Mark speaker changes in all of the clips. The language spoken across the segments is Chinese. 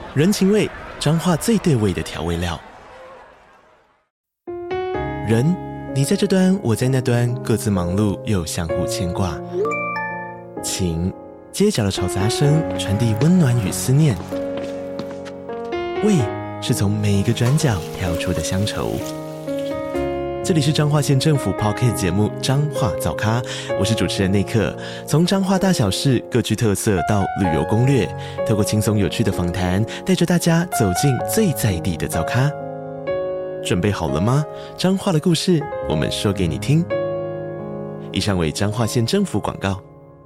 Speaker 1: 人情味，彰化最对味的调味料。人，你在这端，我在那端，各自忙碌又相互牵挂。情，街角的吵杂声传递温暖与思念。味，是从每一个转角跳出的乡愁。这里是彰化县政府 Podcast 节目《彰化早咖》，我是主持人内克。从彰化大小事各具特色到旅游攻略，透过轻松有趣的访谈，带着大家走进最在地的早咖。准备好了吗？彰化的故事，我们说给你听。以上为彰化县政府广告。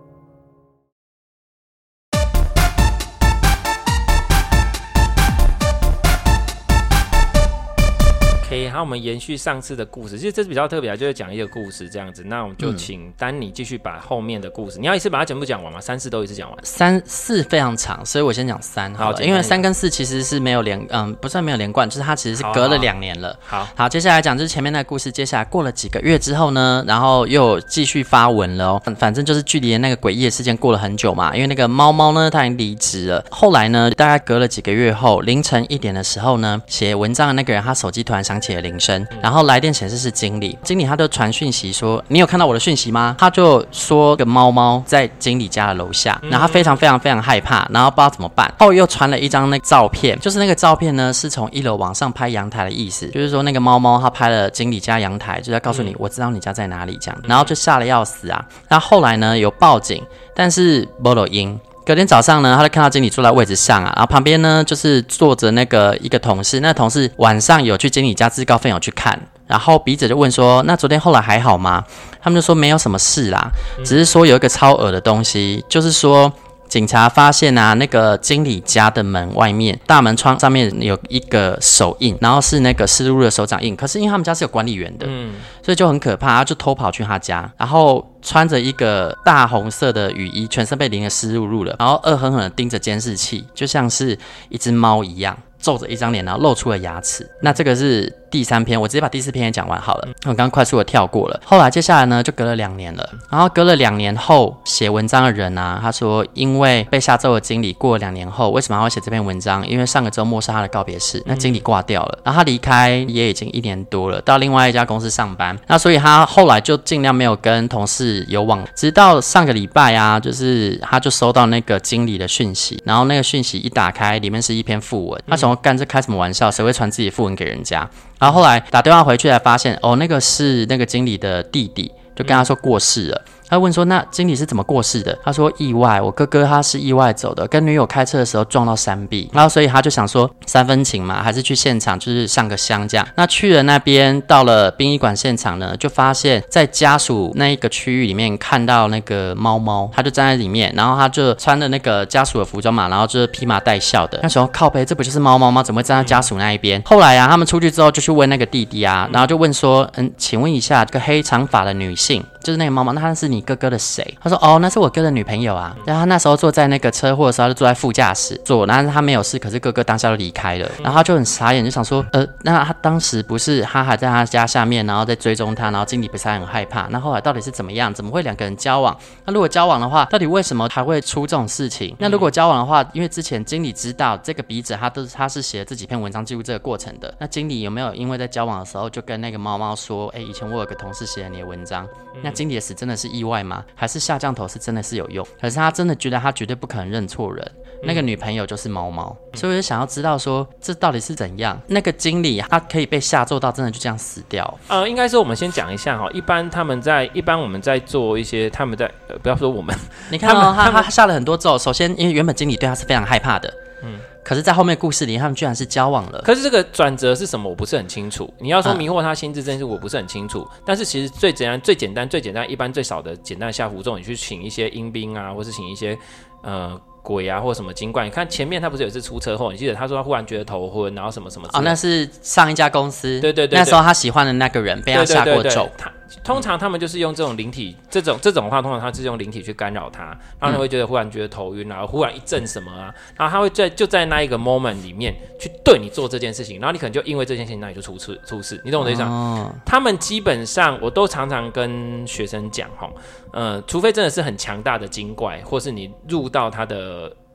Speaker 2: 好，我们延续上次的故事，其实这是比较特别，就是讲一个故事这样子。那我们就请丹尼继续把后面的故事，你要一次把它全部讲完吗？3、4都一次讲完
Speaker 3: ？3、4非常长，所以我先讲3好了，因为3跟4其实是没有不算没有连贯，就是它其实是隔了2年了。好，接下来讲就是前面那个故事，接下来过了几个月之后呢，然后又继续发文了反正就是距离那个诡异的事件过了很久嘛，因为那个猫猫呢，它已经离职了。后来呢，大概隔了几个月后，凌晨1点的时候呢，写文章的那个人，他手机突然响起了铃声，然后来电显示是经理，他就传讯息说：“你有看到我的讯息吗？”他就说个猫猫在经理家的楼下，然后他非常非常非常害怕，然后不知道怎么办。后又传了一张那个照片，就是那个照片呢是从1楼往上拍阳台的意思，就是说那个猫猫他拍了经理家阳台，就在告诉你我知道你家在哪里这样，然后就吓得要死啊。那后来呢有报警，但是没录音。隔天早上呢，他就看到经理坐在位置上啊，然后旁边呢就是坐着一个同事，那同事晚上有去经理家自告奋勇去看，然后笔者就问说：“那昨天后来还好吗？”他们就说没有什么事啦，只是说有一个超恶的东西，就是说警察发现啊，那个经理家的门外面大门窗上面有一个手印，然后是那个湿漉漉的手掌印，可是因为他们家是有管理员的，所以就很可怕，他就偷跑去他家，然后穿着一个大红色的雨衣，全身被淋得湿漉漉的，然后恶狠狠地盯着监视器，就像是一只猫一样，皱着一张脸，然后露出了牙齿。那这个是第3篇，我直接把第4篇也讲完好了，我刚刚快速的跳过了。后来接下来呢，就隔了2年了，然后隔了2年后，写文章的人啊，他说因为被下咒的经理过了2年后，为什么他会写这篇文章？因为上个周末是他的告别式，那经理挂掉了，然后他离开也已经1年多了，到另外一家公司上班，那所以他后来就尽量没有跟同事有往，直到上个礼拜啊，就是他就收到那个经理的讯息，然后那个讯息一打开，里面是一篇讣文，他想说干这开什么玩笑，谁会传自己的讣文给人家？然后后来打电话回去才发现，那个是那个经理的弟弟，就跟他说过世了。他问说：“那经理是怎么过世的？”他说：“意外，我哥哥他是意外走的，跟女友开车的时候撞到山壁。”然后所以他就想说3分情嘛，还是去现场就是上个香这样。那去了那边，到了殡仪馆现场呢，就发现在家属那一个区域里面看到那个猫猫，他就站在里面，然后他就穿的那个家属的服装嘛，然后就是披麻戴孝的。那时候靠北，这不就是猫猫吗？怎么会站在家属那一边？后来啊，他们出去之后就去问那个弟弟啊，然后就问说：“请问一下，这个黑长发的女性，就是那个猫猫，那她是你哥哥的谁？”他说：“那是我哥的女朋友啊。”然后他那时候坐在那个车祸的时候，他就坐在副驾驶座，然后他没有事，可是哥哥当下就离开了。然后他就很傻眼，就想说：“那他当时不是他还在他家下面，然后在追踪他，然后经理不是还很害怕？那后来到底是怎么样？怎么会2个人交往？那如果交往的话，到底为什么还会出这种事情？那如果交往的话，因为之前经理知道这个笔者他是写了这几篇文章记录这个过程的，那经理有没有因为在交往的时候就跟那个猫猫说：以前我有个同事写了你的文章，那经理的死真的是意外吗？还是下降头是真的是有用？可是他真的觉得他绝对不可能认错人，那个女朋友就是猫猫，所以我就想要知道说这到底是怎样？那个经理他可以被下咒到真的就这样死掉？
Speaker 2: 应该是我们先讲一下哈，一般我们在做一些他们在不要说我们，
Speaker 3: 你看他下了很多咒，首先因为原本经理对他是非常害怕的，可是在后面故事里他们居然是交往了。
Speaker 2: 可是这个转折是什么我不是很清楚，你要说迷惑他心智这件事我不是很清楚，但是其实最简单一般最少的简单的下符咒，你去请一些阴兵啊，或是请一些鬼啊或什么精怪，你看前面他不是有一次出车祸，你记得他说他忽然觉得头昏，然后什么什么
Speaker 3: 那是上一家公司，
Speaker 2: 对，
Speaker 3: 那时候他喜欢的那个人被他下过咒。
Speaker 2: 通常他们就是用这种灵体，这种的话，通常他是用灵体去干扰他，然后他会忽然觉得头晕，然后忽然一阵什么啊，然后他会就在那一个 moment 里面去对你做这件事情，然后你可能就因为这件事情，那你就出事，你懂我的意思吗？他们基本上我都常常跟学生讲，除非真的是很强大的精怪，或是你入到他的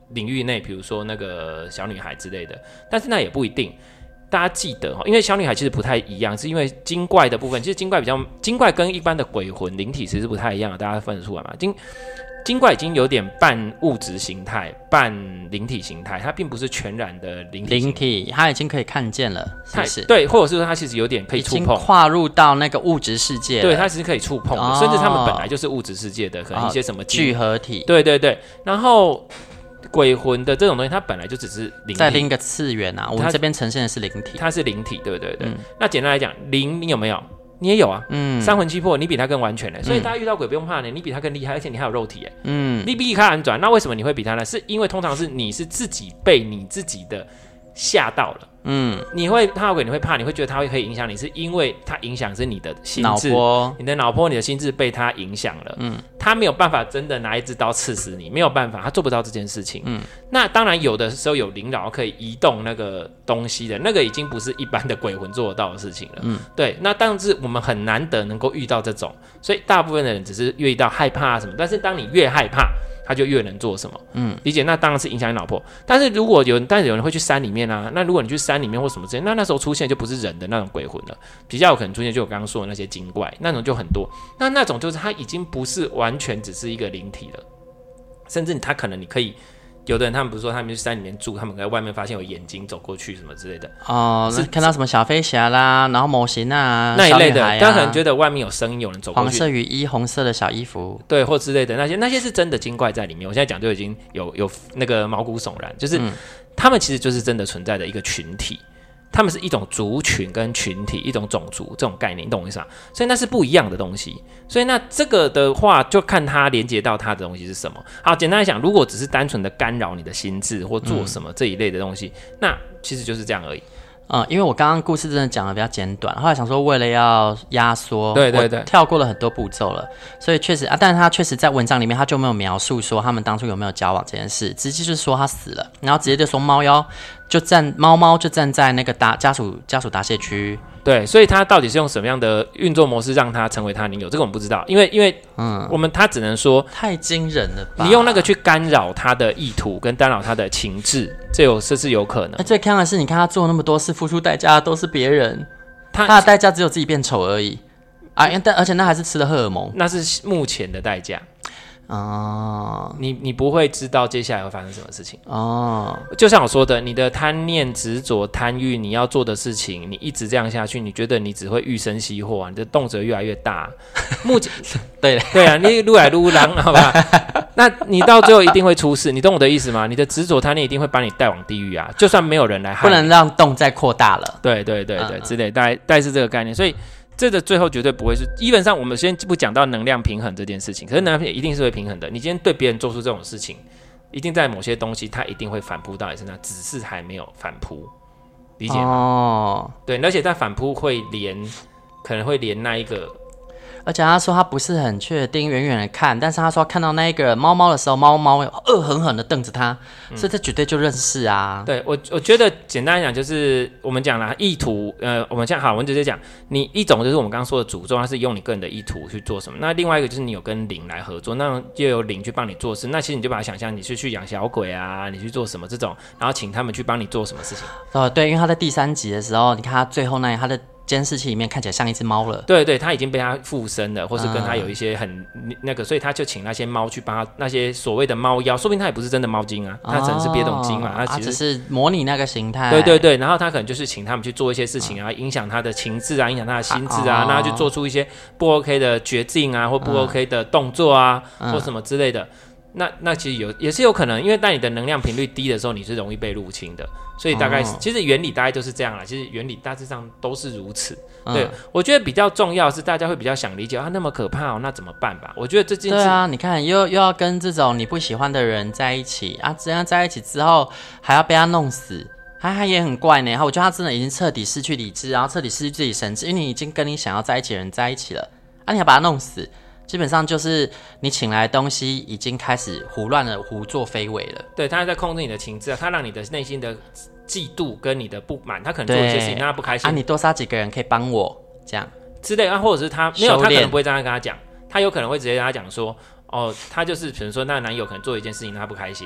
Speaker 2: 领域内，比如说那个小女孩之类的，但是那也不一定。大家记得，因为小女孩其实不太一样，是因为精怪的部分，其实精怪跟一般的鬼魂灵体其实不太一样的，大家分得出来吗？精怪已经有点半物质形态、半灵体形态，它并不是全然的灵体，
Speaker 3: 它已经可以看见了，是不是？
Speaker 2: 对，或者是说它其实有点可以触碰，已经
Speaker 3: 跨入到那个物质世界了。
Speaker 2: 对，它其实可以触碰的，甚至他们本来就是物质世界的，可能一些什么
Speaker 3: 聚合体。
Speaker 2: 对对对，然后鬼魂的这种东西，它本来就只是灵体，
Speaker 3: 在另一个次元啊。我们这边呈现的是灵体，
Speaker 2: 它是灵体，对对对。那简单来讲，灵你有没有？你也有啊，三魂七魄，你比他更完全嘞，所以大家遇到鬼不用怕呢，你比他更厉害，而且你还有肉体你比他难转，那为什么你会比他呢？是因为通常是你是自己被你自己的吓到了，你会怕到鬼，你会怕，你会觉得他会可以影响你，是因为他影响是你的心智，你的脑波，你的心智被他影响了，他没有办法真的拿一支刀刺死你，没有办法，他做不到这件事情，那当然有的时候有灵扰可以移动那个东西的，那个已经不是一般的鬼魂做得到的事情了，对，那但是我们很难得能够遇到这种，所以大部分的人只是遇到害怕什么，但是当你越害怕，他就越能做什么，理解？那当然是影响你老婆。但是如果有人会去山里面啊，那如果你去山里面或什么之类，那时候出现就不是人的那种鬼魂了，比较有可能出现就我刚刚说的那些精怪，那种就很多。那种就是它已经不是完全只是一个灵体了，甚至他可能你可以。有的人他们不是说他们去山里面住，他们在外面发现有眼睛走过去什么之类的
Speaker 3: 是看到什么小飞侠啦，然后模型啊
Speaker 2: 那一类的，他可能觉得外面有声音，有人走过去，
Speaker 3: 黄色雨衣，红色的小衣服，
Speaker 2: 对，或之类的那些是真的精怪在里面。我现在讲就已经有那个毛骨悚然，就是他们其实就是真的存在的一个群体。他们是一种族群跟群体，一种种族这种概念，你懂我意思吗？所以那是不一样的东西。所以那这个的话，就看它连接到它的东西是什么。好，简单来讲，如果只是单纯的干扰你的心智或做什么这一类的东西，那其实就是这样而已。
Speaker 3: 因为我刚刚故事真的讲的比较简短，后来想说为了要压缩，
Speaker 2: 对对对，
Speaker 3: 我跳过了很多步骤了，所以确实但是他确实在文章里面他就没有描述说他们当初有没有交往这件事，直接就是说他死了，然后直接就说猫猫就站在那个家属答谢区。
Speaker 2: 对，所以他到底是用什么样的运作模式让他成为他女友，这个我们不知道，因为他只能说
Speaker 3: 太惊人了吧，
Speaker 2: 你用那个去干扰他的意图跟干扰他的情志，这是有可能。
Speaker 3: 最看的是你看他做那么多事，付出代价的都是别人，他的代价只有自己变丑而已而且那还是吃了荷尔蒙，
Speaker 2: 那是目前的代价。你不会知道接下来会发生什么事情就像我说的，你的贪念、执着、贪欲，你要做的事情，你一直这样下去，你觉得你只会欲生惜祸你的动辄越来越大。目前
Speaker 3: 对
Speaker 2: 啊，你撸来撸狼，好吧？那你到最后一定会出事，你懂我的意思吗？你的执着贪念一定会把你带往地狱啊！就算没有人来害你，
Speaker 3: 不能让洞再扩大了。
Speaker 2: 对，之类，大概是这个概念，所以。这个最后绝对不会是，基本上我们先不讲到能量平衡这件事情，可是能量平衡一定是会平衡的。你今天对别人做出这种事情，一定在某些东西它一定会反扑到你身上，只是还没有反扑，理解吗？对，而且在反扑可能会连那一个。
Speaker 3: 而且他说他不是很确定，远远的看，但是他说看到那一个猫猫的时候，猫猫恶狠狠的瞪着他，所以这绝对就认识啊。
Speaker 2: 对，我觉得简单来讲就是我们讲啦，意图，我们好，我们直接讲，你一种就是我们刚刚说的诅咒，它是用你个人的意图去做什么，那另外一个就是你有跟灵来合作，那就有灵去帮你做事，那其实你就把它想象你是去养小鬼啊，你去做什么这种，然后请他们去帮你做什么事情。
Speaker 3: 对，因为他在第3集的时候，你看他最后他的监视器里面看起来像一只猫了，
Speaker 2: 对，他已经被他附身了，或是跟他有一些很那个，所以他就请那些猫去帮他，那些所谓的猫妖，说不定他也不是真的猫精啊，他可能是别种精嘛，他其实
Speaker 3: 只是模拟那个形态。
Speaker 2: 对，然后他可能就是请他们去做一些事情啊，影响他的情志啊，影响他的心智啊，让他去做出一些不 OK 的决定啊，或不 OK 的动作啊，或什么之类的。那其实也是有可能，因为当你的能量频率低的时候，你是容易被入侵的，所以大概其实原理大概就是这样啦。其实原理大致上都是如此。对，我觉得比较重要是大家会比较想理解那么可怕那怎么办吧？我觉得这件事，
Speaker 3: 对啊，你看又要跟这种你不喜欢的人在一起啊，这样在一起之后还要被他弄死，他也很怪呢。我觉得他真的已经彻底失去理智，然后彻底失去自己神智，因为你已经跟你想要在一起的人在一起了你还把他弄死。基本上就是你请来的东西已经开始胡乱了，胡作非为了。
Speaker 2: 对，他在控制你的情志他让你的内心的嫉妒跟你的不满，他可能做一些事情让他不开心。
Speaker 3: 你多杀几个人可以帮我这样
Speaker 2: 之类或者是他没有，他可能不会这样跟他讲，他有可能会直接跟他讲说，他就是比如说那个男友可能做一件事情让他不开心，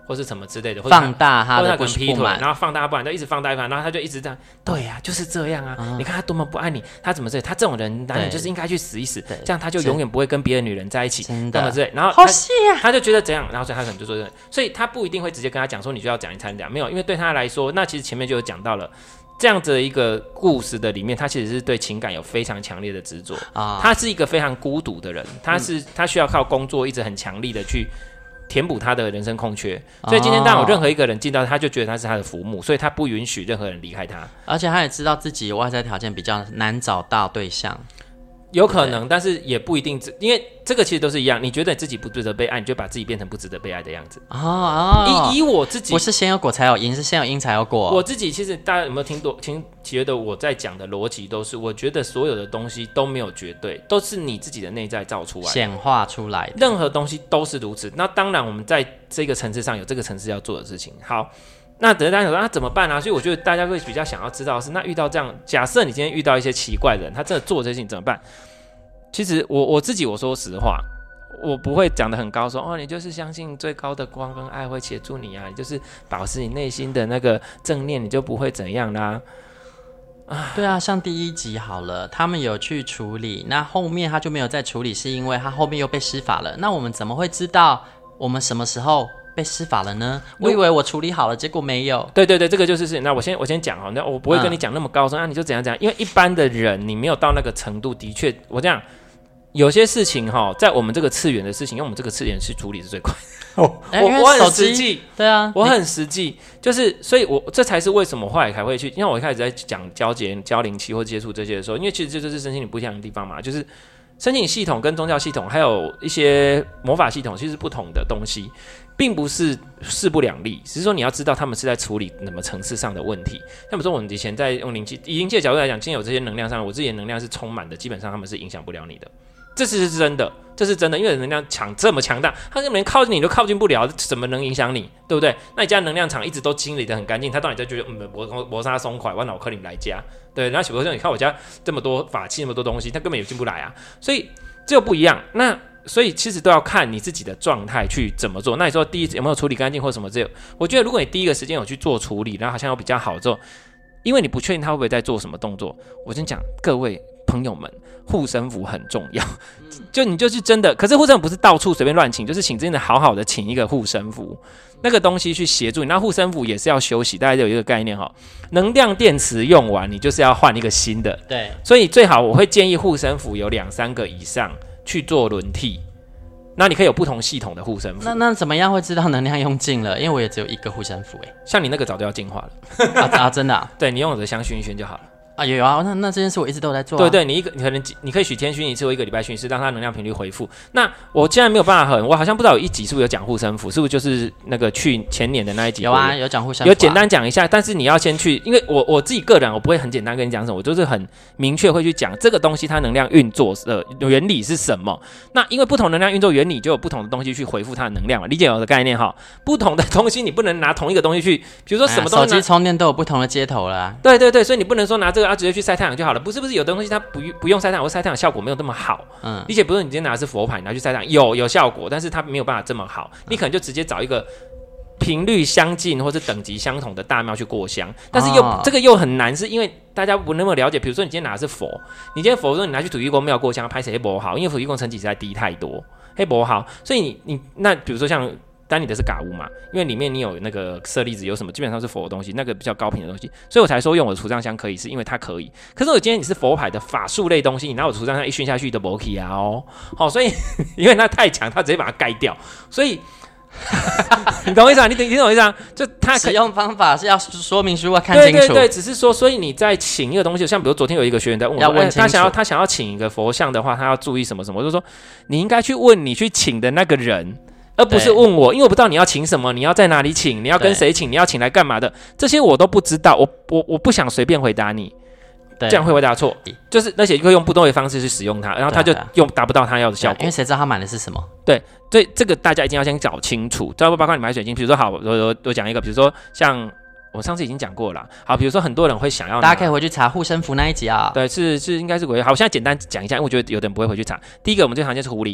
Speaker 2: 或是什么之类的，
Speaker 3: 放大他的
Speaker 2: 劈腿，然后放大他不满，就一直放大，然后他就一直这样，对呀、就是这样啊，你看他多么不爱你，他怎么他这种人男人就是应该去死一死，这样他就永远不会跟别的女人在一起，
Speaker 3: 真的
Speaker 2: 之类，然后
Speaker 3: 好细啊，
Speaker 2: 他就觉得怎样，然后所以他可能就说这样，所以他不一定会直接跟他讲说你就要讲，你才能讲，没有，因为对他来说，那其实前面就有讲到了。这样子的一个故事的里面，他其实是对情感有非常强烈的执着啊。他是一个非常孤独的人，他需要靠工作一直很强力的去填补他的人生空缺。所以今天当有任何一个人进到他就觉得他是他的浮木，所以他不允许任何人离开他。
Speaker 3: 而且他也知道自己外在条件比较难找到对象。
Speaker 2: 有可能，但是也不一定，因为这个其实都是一样。你觉得你自己不值得被爱，你就把自己变成不值得被爱的样子。以我自己，
Speaker 3: 不是先有果才有因，是先有因才有果。
Speaker 2: 我自己其实大家有没有觉得我在讲的逻辑都是，我觉得所有的东西都没有绝对，都是你自己的内在造出来的、
Speaker 3: 显化出来的，
Speaker 2: 任何东西都是如此。那当然，我们在这个层次上有这个层次要做的事情。好。那等大家想说那怎么办啊？所以我觉得大家会比较想要知道的是，那遇到这样，假设你今天遇到一些奇怪的人，他真的做这些事情怎么办？其实我自己我说实话，我不会讲得很高说，你就是相信最高的光跟爱会协助你啊，你就是保持你内心的那个正念，你就不会怎样啦。
Speaker 3: 对啊，像第一集好了，他们有去处理，那后面他就没有再处理，是因为他后面又被施法了。那我们怎么会知道我们什么时候被施法了呢？我以为我处理好了，结果没有。
Speaker 2: 对，这个就是事情。那我先讲那我不会跟你讲那么高说你就怎样怎样，因为一般的人你没有到那个程度，的确我这样有些事情在我们这个次元的事情，用我们这个次元去处理是最快的。我很实际，
Speaker 3: 对啊，
Speaker 2: 我很实际，就是所以这才是为什么后来才会去，因为我一开始在讲教灵气或接触这些的时候，因为其实这就是身心灵不一样的地方嘛，就是身心灵系统跟宗教系统还有一些魔法系统其实是不同的东西，并不是势不两立，只是说你要知道他们是在处理什么层次上的问题。像比如说我们以前在用灵气，以灵气的角度来讲，今天有这些能量上，我自己的能量是充满的，基本上他们是影响不了你的。这是真的，这是真的，因为能量场这么强大，他根本连靠近你都靠近不了，怎么能影响你，对不对？那你家能量场一直都清理得很干净，他当然就觉得我杀松快，我脑壳里来家，对。然后比如说你看我家这么多法器，那么多东西，他根本也进不来啊，所以这个不一样。那所以其实都要看你自己的状态去怎么做。那你说第一有没有处理干净或什么这个？我觉得如果你第一个时间有去做处理，然后好像有比较好之后，因为你不确定他会不会在做什么动作，我先讲各位朋友们。护身符很重要，就你就是真的，可是护身符不是到处随便乱请，就是请真的好好的请一个护身符，那个东西去协助你。那护身符也是要休息，大家有一个概念能量电池用完，你就是要换一个新的。
Speaker 3: 对，
Speaker 2: 所以最好我会建议护身符有2-3个以上去做轮替。那你可以有不同系统的护身符。
Speaker 3: 那怎么样会知道能量用尽了？因为我也只有一个护身符
Speaker 2: 像你那个早就要进化了
Speaker 3: 真的
Speaker 2: 对，你用我的香薰一熏就好了。
Speaker 3: 有啊，那这件事我一直都有在做
Speaker 2: 对，你可以许天熏一次或1个礼拜熏一次，让它能量频率回复。那我既然没有办法我好像不知道有一集是不是有讲护身符，是不是就是那个前年的那一集？
Speaker 3: 有啊，有讲护身符，
Speaker 2: 有简单讲一下。但是你要先去，因为我自己个人我不会很简单跟你讲什么，我就是很明确会去讲这个东西它能量运作的原理是什么。那因为不同能量运作原理，就有不同的东西去回复它的能量嘛，理解我的概念不同的东西你不能拿同一个东西去，比如说什么东西
Speaker 3: 手机充电都有不同的接头啦。
Speaker 2: 对，所以你不能说拿这个直接去晒太阳就好了，不是有的东西它不用晒太阳，或晒太阳效果没有那么好。理解不是你今天拿的是佛牌，你拿去晒太阳有效果，但是它没有办法这么好。你可能就直接找一个频率相近或是等级相同的大庙去过香，但是这个又很难，是因为大家不那么了解。比如说你今天拿的是佛，你今天佛说你拿去土地公庙过香，拍谁不好？因为土地公层级实在低太多，黑不好。所以你那比如说像。但你的是嘎屋嘛，因为里面你有那个舍利子，有什么基本上是佛的东西，那个比较高频的东西，所以我才说用我的除障香可以，是因为它可以。可是我今天你是佛牌的法术类东西，你拿我除障香一熏下去的不 OK 啊所以因为它太强，它直接把它盖掉，所以你懂我意思啊？你懂我意思啊？就它
Speaker 3: 使用方法是要说明书看清楚。
Speaker 2: 对，只是说，所以你在请一个东西，像比如昨天有一个学员在问我，他想要请一个佛像的话，他要注意什么什么？我就说你应该去问你去请的那个人。而不是问我，因为我不知道你要请什么，你要在哪里请，你要跟谁请，你要请来干嘛的，这些我都不知道，我不想随便回答你，这样会回答错，就是而且会用不对的方式去使用它，然后他就达不到他要的效果，
Speaker 3: 因为谁知道他买的是什么？
Speaker 2: 对，所以这个大家一定要先搞清楚，包括你买水晶，比如说好，我讲一个，比如说像。我上次已经讲过了，好，比如说很多人会想要，
Speaker 3: 大家可以回去查护身符那一集啊。
Speaker 2: 对，是应该是好，我现在简单讲一下，因为我觉得有的人不会回去查。第一个，我们最常见是壶铃，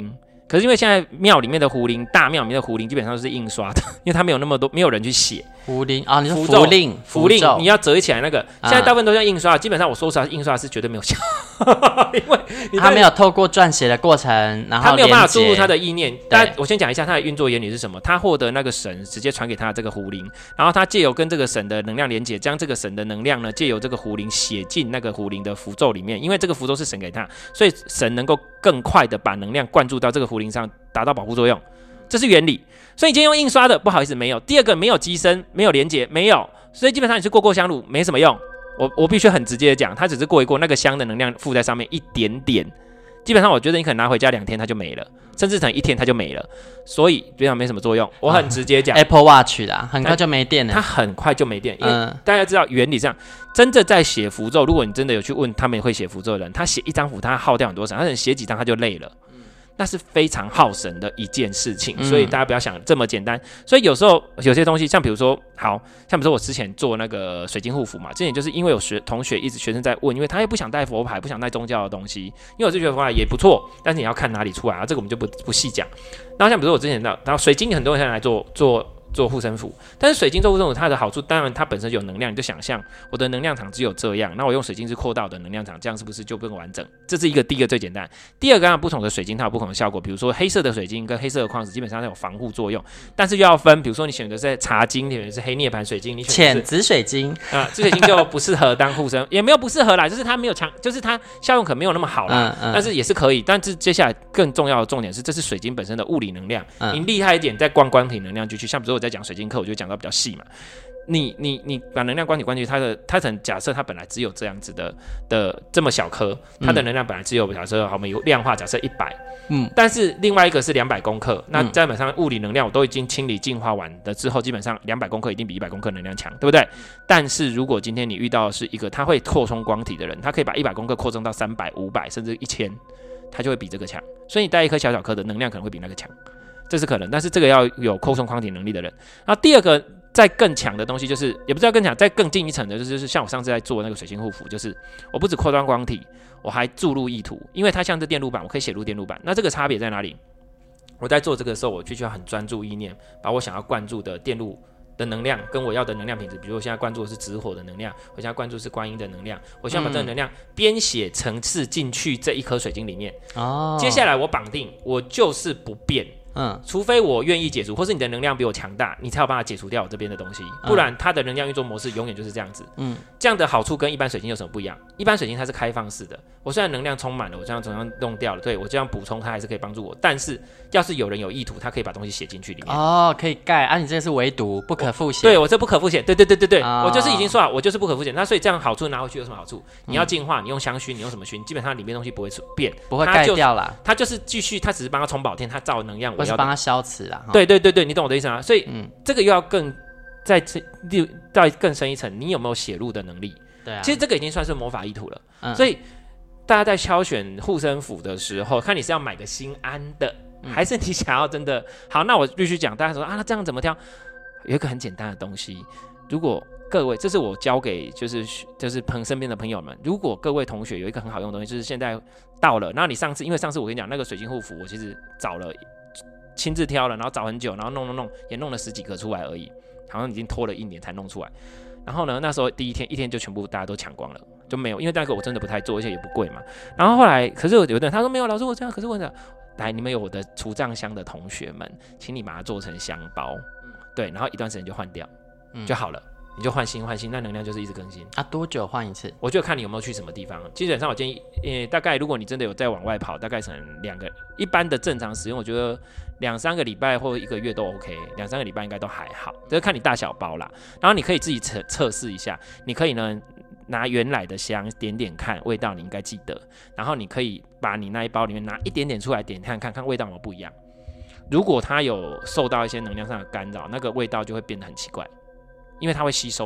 Speaker 2: 可是因为现在庙里面的符灵，大庙里面的符灵基本上都是印刷的，因为它没有那么多，没有人去写
Speaker 3: 符灵啊。你说符令，
Speaker 2: 你要折起来那个，现在大部分都像印刷，基本上我说实话，印刷是绝对没有效，因为
Speaker 3: 它没有透过撰写的过程，然后
Speaker 2: 它没有办法注入它的意念。但我先讲一下它的运作原理是什么。它获得那个神直接传给他的这个符灵，然后他借由跟这个神的能量连接，将这个神的能量呢，借由这个符灵写进那个符灵的符咒里面，因为这个符咒是神给他，所以神能够更快的把能量灌注到这个符灵上，达到保护作用，这是原理。所以你今天用印刷的，不好意思，没有。第二个，没有机身，没有连接，没有，所以基本上你是过香炉，没什么用。我必须很直接的讲，它只是过一过，那个香的能量附在上面一点点，基本上我觉得你可能拿回家2天它就没了，甚至可能1天它就没了，所以基本上没什么作用。我很直接讲
Speaker 3: ，Apple Watch 啦，很快就没电了，
Speaker 2: 它很快就没电，因为大家知道原理上，真的在写符咒，如果你真的有去问他们会写符咒的人，他写一张符，他耗掉很多神，他可能写几张他就累了。那是非常耗神的一件事情，所以大家不要想这么简单。所以有时候有些东西，像比如说，像比如说我之前做那个水晶护符嘛，之前就是因为有同学学生在问，因为他也不想带佛牌，不想带宗教的东西，因为我就觉得佛牌也不错，但是你要看哪里出来啊，这个我们就不细讲。然后像比如说我之前然后水晶很多人现在来做护身符，但是水晶做护身符它的好处，当然它本身有能量，你就想象我的能量场只有这样，那我用水晶是扩大我的能量场，这样是不是就更完整？这是第一个最简单。第二个，不同的水晶它有不同的效果，比如说黑色的水晶跟黑色的矿石基本上它有防护作用，但是又要分，比如说你选的是茶晶，你选的是黑涅槃水晶，你选的是
Speaker 3: 浅紫水晶
Speaker 2: 紫水晶就不适合当护身，也没有不适合啦，就是它没有强，就是它效用可能没有那么好啦，但是也是可以。但是接下来更重要的重点是，这是水晶本身的物理能量，你厉害一点再灌光体能量进去，像比如说我在讲水晶课，我就讲到比较细嘛。你把能量光体灌进去，它可能假设它本来只有这样子的这么小颗，它的能量本来只有假设我们有量化假设100，但是另外一个是200公克，那基本上物理能量我都已经清理净化完了之后，基本上200公克一定比100公克能量强，对不对？但是如果今天你遇到的是一个他会扩充光体的人，他可以把100公克扩充到300、500甚至1000，他就会比这个强，所以你带一颗小小颗的能量可能会比那个强，这是可能，但是这个要有扩充光体能力的人。然后第二个再更强的东西，就是也不知道更强，再更进一层的，就是像我上次在做那个水晶护符，就是我不只扩张光体，我还注入意图，因为它像是电路板，我可以写入电路板。那这个差别在哪里？我在做这个的时候，我必须要很专注意念，把我想要灌注的电路的能量跟我要的能量品质，比如我现在灌注的是紫火的能量，我现在灌注是观音的能量，我想把这个能量编写层次进去这一颗水晶里面。接下来我绑定，我就是不变。除非我愿意解除，或是你的能量比我强大，你才有办法解除掉我这边的东西，不然它的能量运作模式永远就是这样子。这样的好处跟一般水晶有什么不一样？一般水晶它是开放式的，我虽然能量充满了，我这样怎样弄掉了，对我这样补充它还是可以帮助我，但是要是有人有意图，他可以把东西写进去里面。
Speaker 3: 可以盖啊，你这是唯独不可复显。
Speaker 2: 对，我这不可复显，对，我就是已经说了，我就是不可复显。那所以这样好处拿回去有什么好处？你要净化，你用香薰，你用什么熏，基本上里面东西不会变，
Speaker 3: 不会盖掉啦。
Speaker 2: 它就是继续，它只是帮它充饱电，它造能量，
Speaker 3: 我是帮它消磁啦。
Speaker 2: 对，你懂我的意思吗？所以这个又要更再更深一层，你有没有写入的能力？
Speaker 3: 对啊，
Speaker 2: 其实这个已经算是魔法意图了。所以大家在挑选护身符的时候，看你是要买个心安的，还是你想要真的好？那我必须讲，大家说那这样怎么挑？有一个很简单的东西，如果各位，这是我教给就是身边的朋友们，如果各位同学有一个很好用的东西，就是现在到了，然后你因为上次我跟你讲那个水晶护符，我其实找了亲自挑了，然后找很久，然后弄也弄了10几颗出来而已，好像已经拖了1年才弄出来。然后呢，那时候第一天就全部大家都抢光了，就没有，因为那个我真的不太做，而且也不贵嘛。然后后来，可是有的人他说没有，老师我这样，可是我讲，来，你们有我的除障香的同学们，请你把它做成香包，对，然后一段时间就换掉，就好了。你就换新，那能量就是一直更新
Speaker 3: 啊。多久换一次？
Speaker 2: 我就看你有没有去什么地方。基本上我建议，大概如果你真的有在往外跑，大概可能一般的正常使用，我觉得2-3个礼拜或1个月都 OK，2-3个礼拜应该都还好，就是看你大小包啦。然后你可以自己测试一下，你可以呢拿原来的香点点看味道，你应该记得。然后你可以把你那一包里面拿一点点出来点看味道有没有不一样。如果它有受到一些能量上的干扰，那个味道就会变得很奇怪。因为它会吸收，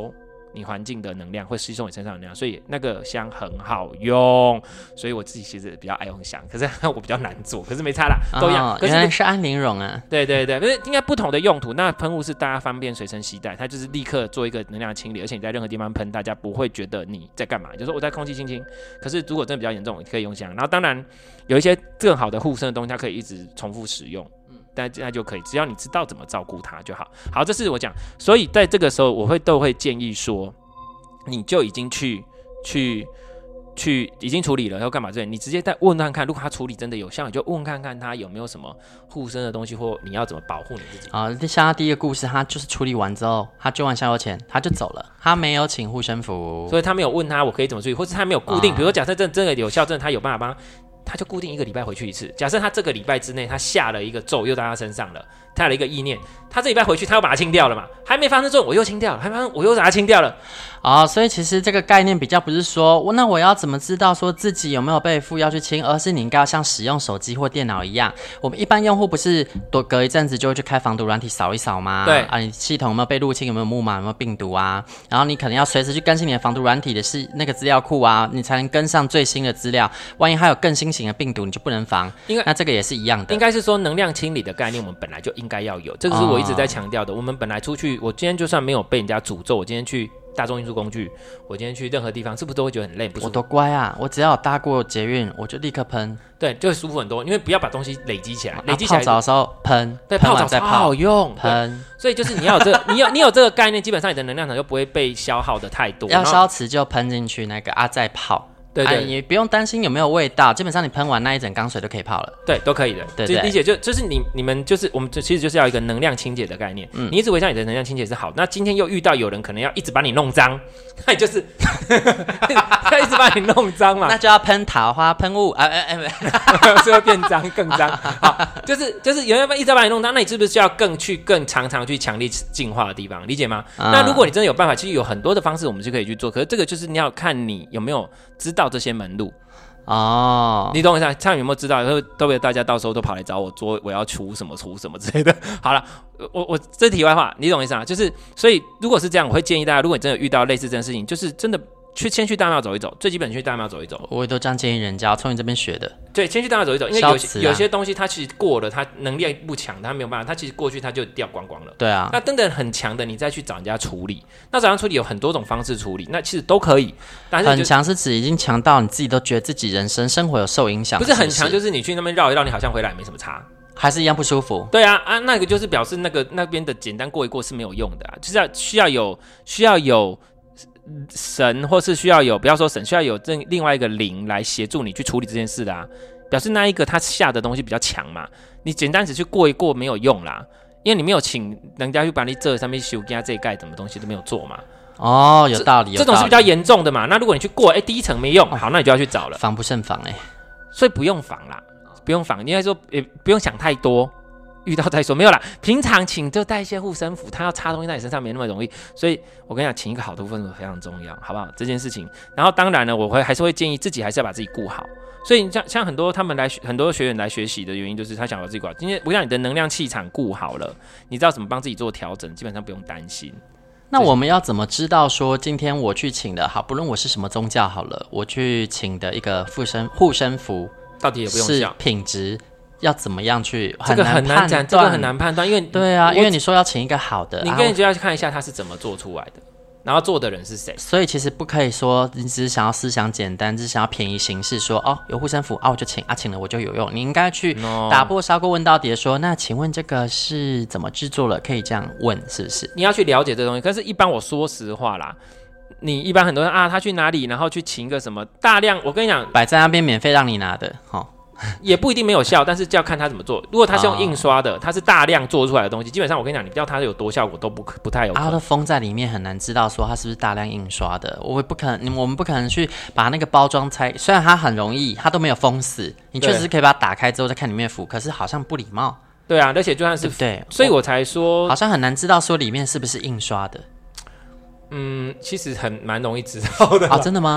Speaker 2: 你环境的能量，会吸收你身上的能量，所以那个香很好用。所以我自己其实比较爱用香，可是我比较难做，可是没差啦，都一样。
Speaker 3: 原来是安陵容啊！
Speaker 2: 对对对，不是应该不同的用途。那喷雾是大家方便随身携带，它就是立刻做一个能量清理，而且你在任何地方喷，大家不会觉得你在干嘛，就是说我在空气清清。可是如果真的比较严重，你可以用香。然后当然有一些更好的护身的东西，它可以一直重复使用。但那就可以，只要你知道怎么照顾它就好。好，这是我讲，所以在这个时候，我都会建议说，你就已经去已经处理了，要干嘛？你直接再问看看，如果他处理真的有效，你就问看看他有没有什么护身的东西，或你要怎么保护你自己。
Speaker 3: 像他第一个故事，他就是处理完之后，他捐完香油钱，他就走了，他没有请护身符，
Speaker 2: 所以他没有问他我可以怎么处理，或是他没有固定，比如说假设真的有效，真的他有办法帮他就固定1个礼拜回去一次。假设他这个礼拜之内他下了一个咒又在他身上了，他有了一个意念，他这礼拜回去他又把它清掉了嘛，还没发生咒我又清掉了，还没发生我又把它清掉了。
Speaker 3: 所以其实这个概念比较不是说那我要怎么知道说自己有没有被附要去清，而是你应该要像使用手机或电脑一样，我们一般用户不是多隔一阵子就会去开防毒软体扫一扫吗？
Speaker 2: 对
Speaker 3: 你系统有没有被入侵，有没有木马，有没有病毒啊？然后你可能要随时去更新你的防毒软体的那个资料库啊，你才能跟上最新的资料。万一还有更新型的病毒，你就不能防。那这个也是一样的。
Speaker 2: 应该是说能量清理的概念，我们本来就应该要有，这个是我一直在强调的。我们本来出去，我今天就算没有被人家诅咒，我今天去大众运输工具，我今天去任何地方，是不是都会觉得很累不舒服？
Speaker 3: 我都乖啊，我只要有搭过捷运，我就立刻喷，
Speaker 2: 对，就会舒服很多。因为不要把东西累积起来，累积起来
Speaker 3: 泡澡的时候喷，
Speaker 2: 对，泡澡超好用，
Speaker 3: 喷。
Speaker 2: 所以就是你要有这个，你有这个概念，基本上你的能量场就不会被消耗的太多。
Speaker 3: 要消磁就喷进去那个再泡。
Speaker 2: 对对，
Speaker 3: 你不用担心有没有味道，基本上你喷完那一整缸水都可以泡了。
Speaker 2: 对，都可以的。
Speaker 3: 对对，
Speaker 2: 理解就是你们就是我们其实就是要一个能量清洁的概念。你一直围绕你的能量清洁是好，那今天又遇到有人可能要一直把你弄脏，那就是他一直把你弄脏嘛，
Speaker 3: 那就要喷桃花喷雾
Speaker 2: 是会变脏更脏。好，就是有人一直把你弄脏，那你是不是就要更常去强力净化的地方？理解吗？那如果你真的有办法，其实有很多的方式我们就可以去做，可是这个就是你要看你有没有知道这些门路你懂我意思？像有没有知道？会不会大家到时候都跑来找我说我要除什么之类的？好了，我这题外话，你懂我意思啊？就是所以如果是这样，我会建议大家，如果你真的遇到类似这件事情，就是真的先去大庙走一走，最基本去大庙走一走。
Speaker 3: 我也都这样建议人家，从你这边学的。
Speaker 2: 对，先去大庙走一走，因为有些东西它其实过了，它能量不强，它没有办法，它其实过去它就掉光光了。
Speaker 3: 对啊，
Speaker 2: 那真的很强的，你再去找人家处理。那找人家处理有很多种方式处理，那其实都可以。但是
Speaker 3: 很强是指已经强到你自己都觉得自己人生生活有受影响，
Speaker 2: 不是很强，就是你去那边绕一绕，你好像回来没什么差。
Speaker 3: 还是一样不舒服。
Speaker 2: 对啊，那个就是表示那边的简单过一过是没有用的啊，就是需要有神，或是需要有不要说神，需要有另外一个灵来协助你去处理这件事的啊，表示那一个他下的东西比较强嘛，你简单只去过一过没有用啦，因为你没有请人家去把你这上面修加这一盖什么东西都没有做嘛。
Speaker 3: 有道理，
Speaker 2: 这种是比较严重的嘛。那如果你去过，第一层没用，好，那你就要去找了，
Speaker 3: 防不胜防
Speaker 2: 所以不用防啦，不用防，你应该说也不用想太多。遇到再说，没有啦。平常请就带一些护身符，他要插东西在你身上没那么容易，所以我跟你讲，请一个好的护身符非常重要，好不好？这件事情。然后当然呢，我还是会建议自己还是要把自己顾好。所以像很多很多学员来学习的原因，就是他想把自己顾好。今天我让你的能量气场顾好了，你知道怎么帮自己做调整，基本上不用担心。
Speaker 3: 那我们要怎么知道说今天我去请的好，不论我是什么宗教好了，我去请的一个护身符
Speaker 2: 到底也不用是
Speaker 3: 品质？要怎么样去？
Speaker 2: 这个很难讲，这个很难判断，因为
Speaker 3: 对啊，因为你说要请一个好的，
Speaker 2: 你就要去看一下他是怎么做出来的，然后做的人是谁。
Speaker 3: 所以其实不可以说你只是想要思想简单，只是想要便宜行事，说有护身符我就请请了我就有用。你应该去打破砂锅问到底的说，那请问这个是怎么制作了？可以这样问是不是？
Speaker 2: 你要去了解这东西。可是，一般我说实话啦。你一般很多人他去哪里，然后去请一个什么大量，我跟你讲，
Speaker 3: 摆在那边免费让你拿的，
Speaker 2: 也不一定没有效，但是就要看他怎么做。如果他是用印刷的，他是大量做出来的东西，基本上我跟你讲，你不知道它有多效果都不太有可能。
Speaker 3: 它的封在里面很难知道说它是不是大量印刷的。我们不可能去把那个包装拆，虽然它很容易，它都没有封死，你确实可以把它打开之后再看里面符，可是好像不礼貌。
Speaker 2: 对啊，而且就算是
Speaker 3: 对，
Speaker 2: 所以我才说
Speaker 3: 好像很难知道说里面是不是印刷的。
Speaker 2: 其实蛮容易知道的。
Speaker 3: 真的吗？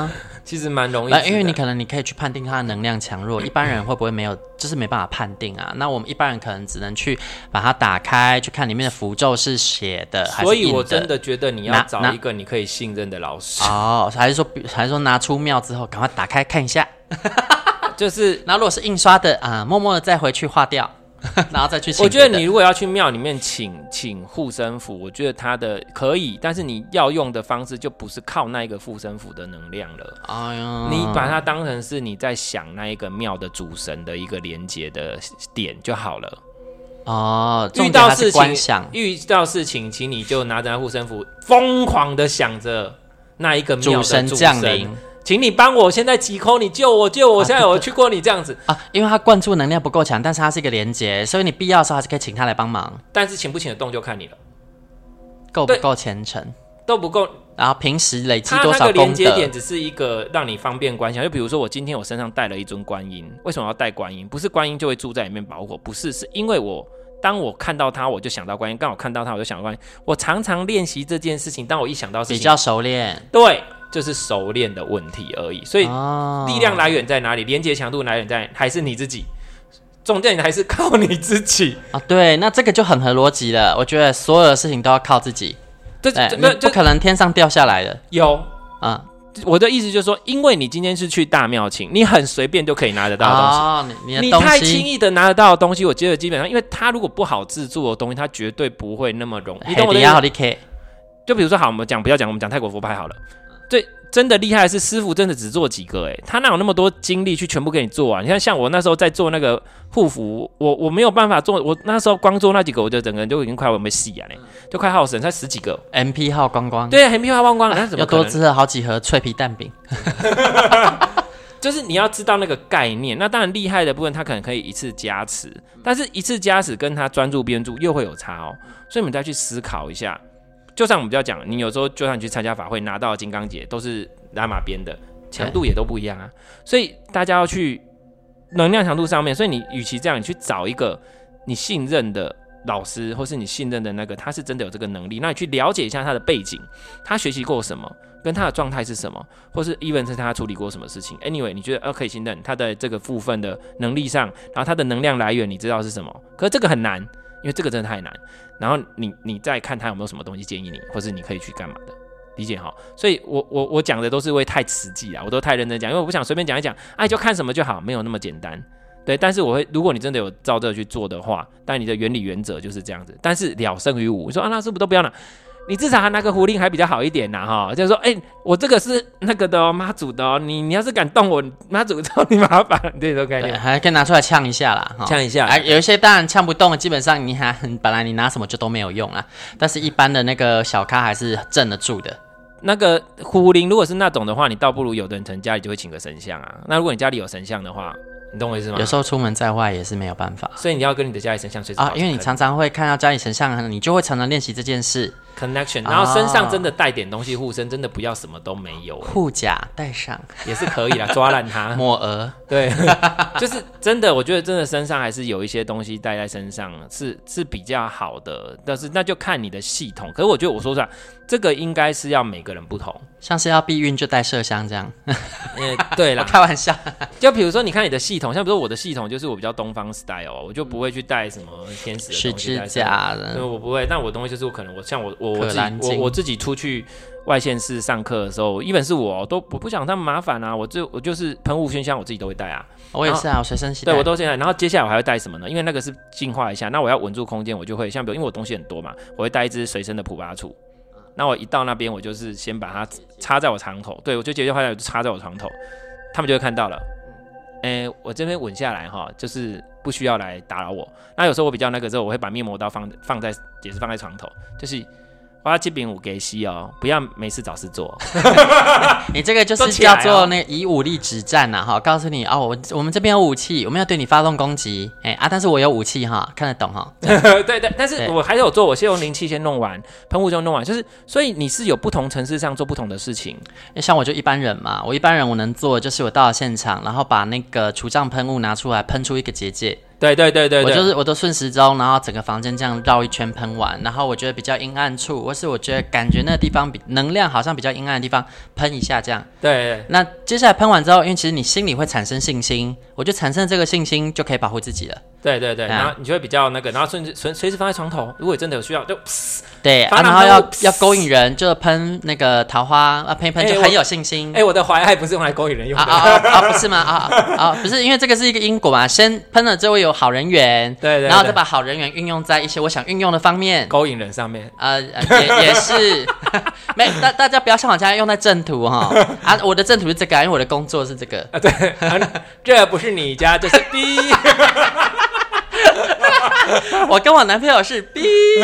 Speaker 2: 其实蛮容易的，
Speaker 3: 因为你可能你可以去判定它的能量强弱，一般人会不会没有，就是没办法判定啊。那我们一般人可能只能去把它打开，去看里面的符咒是写的还是印的。
Speaker 2: 所以我真的觉得你要找一个你可以信任的老师
Speaker 3: 哦，还是说拿出庙之后赶快打开看一下，
Speaker 2: 就是，
Speaker 3: 然后如果是印刷的啊，默默的再回去画掉。然后再去请。
Speaker 2: 我觉得你如果要去庙里面请护身符，我觉得它的可以，但是你要用的方式就不是靠那一个护身符的能量了。哎呀，你把它当成是你在想那一个庙的主神的一个连接的点就好了。
Speaker 3: 哦，
Speaker 2: 遇到事情，请你就拿着那护身符，疯狂的想着那一个庙的主神
Speaker 3: 降临。
Speaker 2: 请你帮我，现在急扣你救我！现在我去过你这样子
Speaker 3: 啊，因为他灌注能量不够强，但是它是一个连结，所以你必要的时候还是可以请他来帮忙。
Speaker 2: 但是请不请得动就看你了，
Speaker 3: 够不够虔诚
Speaker 2: 都不够。
Speaker 3: 然后平时累积多少功德？它那个
Speaker 2: 连接点只是一个让你方便观想，就比如说我今天我身上带了一尊观音，为什么要带观音？不是观音就会住在里面保护我，不是，是因为当我看到它，我就想到观音；刚好看到它，我就想到观音。我常常练习这件事情，当我一想到事情，
Speaker 3: 比较熟练，
Speaker 2: 对。就是熟练的问题而已，所以力量来源在哪里？连接强度来源在还是你自己，重点还是靠你自己
Speaker 3: 啊。对，那这个就很合逻辑了。我觉得所有的事情都要靠自己，那不可能天上掉下来的。
Speaker 2: 有啊，我的意思就是说，因为你今天是去大庙请，你很随便就可以拿得到的东西，你太轻易的拿得到的东西，我觉得基本上，因为它如果不好制作的东西，它绝对不会那么容易。你懂我的意思？就比如说，好，我们不要讲泰国佛牌好了。最真的厉害的是师傅真的只做几个他哪有那么多精力去全部给你做啊？你看像我那时候在做那个护符，我没有办法做，我那时候光做那几个，我就整个人就已经快要被洗啊就快耗神，才10几个
Speaker 3: MP 耗光光。
Speaker 2: 对 MP 耗光光，那怎么
Speaker 3: 又多吃了好几盒脆皮蛋饼。
Speaker 2: 就是你要知道那个概念，那当然厉害的部分，它可能可以一次加持，但是一次加持跟它专注编注又会有差所以我们再去思考一下。就像我们比较讲，你有时候就算你去参加法会拿到的金刚结都是拉玛编的，强度也都不一样啊。所以大家要去能量强度上面，所以你与其这样，你去找一个你信任的老师，或是你信任的那个他是真的有这个能力，那你去了解一下他的背景，他学习过什么，跟他的状态是什么，或是 even 是他处理过什么事情。Anyway， 你觉得可以信任他的这个部分的能力上，然后他的能量来源你知道是什么，可是这个很难。因为这个真的太难，然后你再看他有没有什么东西建议你，或是你可以去干嘛的，理解哈？所以我讲的都是会太实际啊，我都太认真讲，因为我不想随便讲一讲，就看什么就好，没有那么简单。对，但是如果你真的有照这个去做的话，但你的原理原则就是这样子，但是了胜于无。你说那是不是都不要拿？你至少还拿个壶铃还比较好一点呐就是说，我这个是那个的妈祖的你要是敢动我妈祖之后，你麻烦，这种概念，
Speaker 3: 还可以拿出来呛一下啦，
Speaker 2: 呛一下。
Speaker 3: 有一些当然呛不动，基本上本来你拿什么就都没有用啦，但是一般的那个小咖还是镇得住的。
Speaker 2: 那个壶铃如果是那种的话，你倒不如有的人可能家里就会请个神像啊。那如果你家里有神像的话，你懂我意思吗？
Speaker 3: 有时候出门在外也是没有办法，
Speaker 2: 所以你要跟你的家里神像随时保持
Speaker 3: 因为你常常会看到家里神像，你就会常常练习这件事。
Speaker 2: connection， 然后身上真的带点东西护身，真的不要什么都没有。
Speaker 3: 护甲带上
Speaker 2: 也是可以啦，抓烂它。
Speaker 3: 抹额，
Speaker 2: 对，就是真的，我觉得真的身上还是有一些东西带在身上是比较好的，但是那就看你的系统。可是我觉得我说出来，这个应该是要每个人不同。
Speaker 3: 像是要避孕就带麝香这样。
Speaker 2: 对啦，
Speaker 3: 开玩笑。
Speaker 2: 就比如说你看你的系统，像比如说我的系统就是我比较东方 style，我就不会去带什么天使的东西，
Speaker 3: 十字架的，
Speaker 2: 我不会。但我的东西就是可能我自己出去外县市上课的时候，一本是我不想他们麻烦啊，我就是喷雾熏香我自己都会带啊。
Speaker 3: 我也是啊，我随身携带。
Speaker 2: 对，我都现在。然后接下来我还会带什么呢？因为那个是净化一下，那我要稳住空间，我就会像比如因为我东西很多嘛，我会带一支随身的普巴杵。那我一到那边，我就是先把它插在我床头，对我就解决坏了，就插在我床头，他们就会看到了。我这边稳下来哈，就是不需要来打扰我。那有时候我比较那个之后，我会把面膜刀放在床头，就是我要这边我给吸不要没事找事做。
Speaker 3: 你这个就是叫做那个以武力止战呐，哈，告诉你我们这边有武器，我们要对你发动攻击，但是我有武器哈，看得懂哈。
Speaker 2: 对，但是我还是有做，我先用灵气先弄完，喷雾就弄完，就是所以你是有不同层次上做不同的事情。
Speaker 3: 像我就一般人嘛，我能做的就是我到了现场，然后把那个除障喷雾拿出来，喷出一个结界。 我都顺时钟，然后整个房间这样绕一圈喷完，然后我觉得比较阴暗处，或是我觉得感觉那个地方能量好像比较阴暗的地方喷一下这样。
Speaker 2: 对。
Speaker 3: 那接下来喷完之后，因为其实你心里会产生信心，我觉得产生这个信心就可以保护自己了。
Speaker 2: 对，然后你就会比较那个，然后随时放在床头，如果真的有需要就
Speaker 3: 对然后要勾引人，就喷那个桃花喷一喷就很有信心。
Speaker 2: 我的怀爱不是用来勾引人用的
Speaker 3: 不是吗？不是，因为这个是一个因果嘛，先喷了之后有好人缘，
Speaker 2: 对，
Speaker 3: 然后再把好人缘运用在一些我想运用的方面，
Speaker 2: 勾引人上面
Speaker 3: 也是没大家不要像我家用在正途哈我的正途是这个，因为我的工作是这个
Speaker 2: 对这不是你家，这是 B
Speaker 3: 我跟我男朋友是 B